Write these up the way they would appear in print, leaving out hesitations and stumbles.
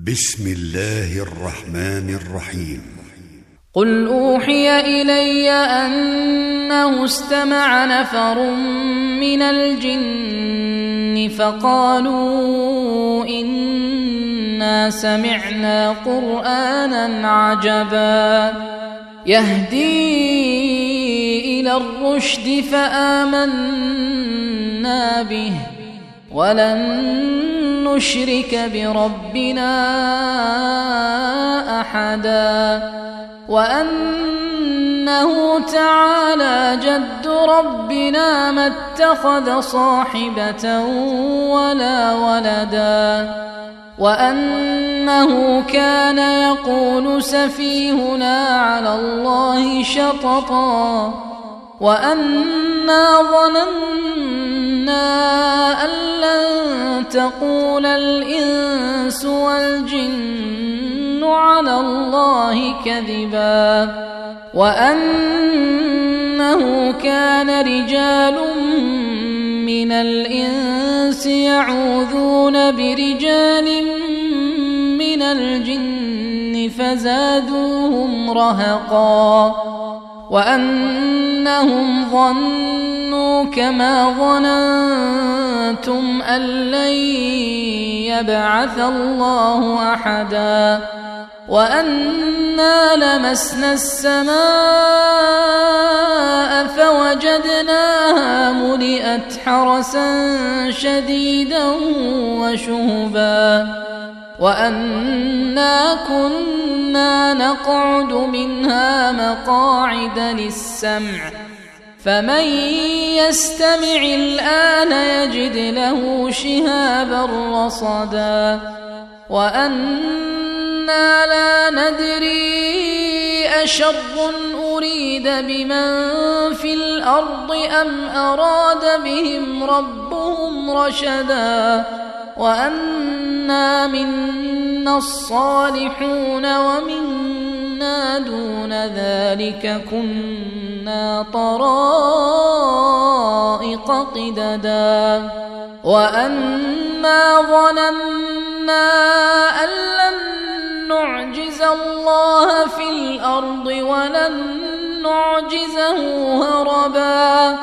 بسم الله الرحمن الرحيم. قل أوحي إلي أنه استمع نفر من الجن فقالوا إنا سمعنا قرآنا عجبا يهدي إلى الرشد فآمنا به ولن نشرك بربنا أحدا وأنه تعالى جد ربنا ما اتخذ صاحبة ولا ولدا وأنه كان يقول سفيهنا على الله شططا وأنا ظننا أن لن تقول الإنس والجن على الله كذبا وأنه كان رجال من الإنس يعوذون برجال من الجن فزادوهم رهقا وأنهم ظنوا كما ظننتم أن لن يبعث الله أحدا وأنا لمسنا السماء فوجدناها ملئت حرسا شديدا وشهبا وأنا كنا نقعد منها مقاعد للسمع فمن يستمع الآن يجد له شهابا رصدا وأنا لا ندري أشر أريد بمن في الأرض أم أراد بهم ربهم رشدا وأنا منا الصالحون ومنا دون ذلك كنا طرائق قددا وأنا ظننا أن لن نعجز الله في الأرض ولن نعجزه هربا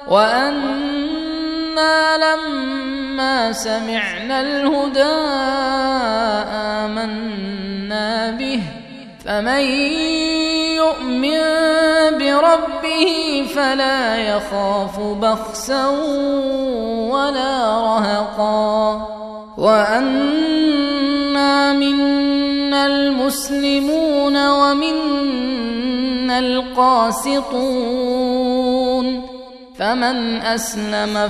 وأنا لما سمعنا الهدى آمنا به فمن يؤمن بربه فلا يخاف بخسا ولا رهقا وأنا منا المسلمون ومنا القاسطون فمن أسلم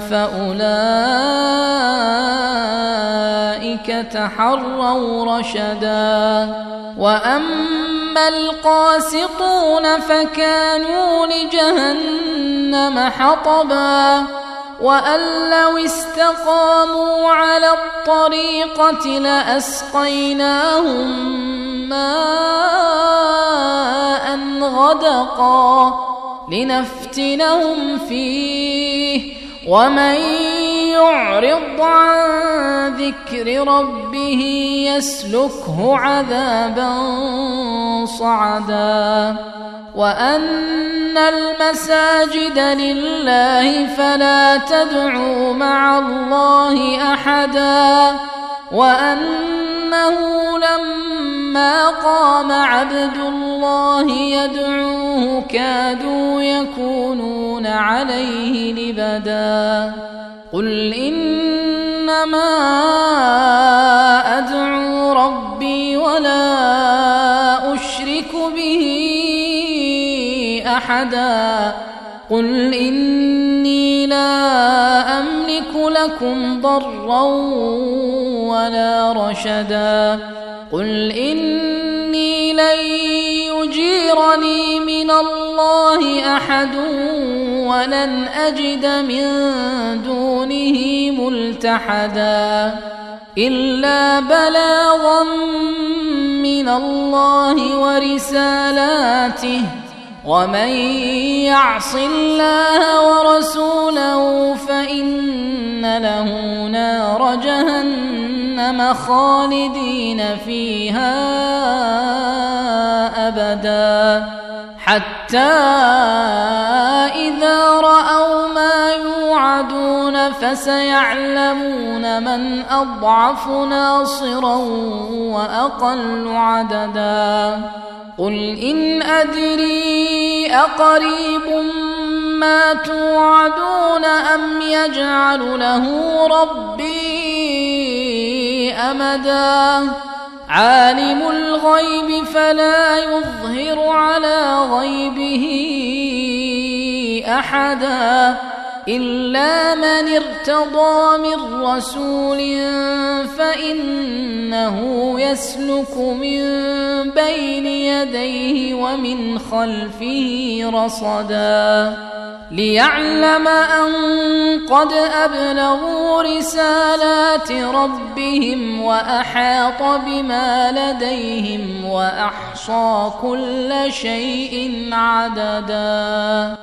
فأولئك تحروا رشدا وأما القاسطون فكانوا لجهنم حطبا وأن لو استقاموا على الطريقة لأسقيناهم ماء غدقا لنفتنهم فيه ومن يعرض عن ذكر ربه يسلكه عذابا صعدا وأن المساجد لله فلا تدعوا مع الله أحدا وأنه لما قام عبد الله يدعوه كادوا يكونون عليه لبدا قل إنما أدعو ربي ولا أشرك به أحدا قل إني لا أملك لكم ضرا ولا رشدا قل إني لن يجيرني من الله أحد ولن أجد من دونه ملتحدا إلا بلاغا من الله ورسالاته ومن يعص الله ورسوله فإن له نار جهنم جهنم خالدين فيها أبدا حتى إذا رأوا ما يوعدون فسيعلمون من أضعف ناصرا وأقل عددا قل إن أدري أقريب ما توعدون أم يجعل له ربي أمدا عالم الغيب فلا يظهر على غيبه أحدا إلا من ارتضى من رسول فإنه يسلك من بين يديه ومن خلفه رصدا ليعلم أن قد أبلغوا رسالات ربهم وأحاط بما لديهم وأحصى كل شيء عددا.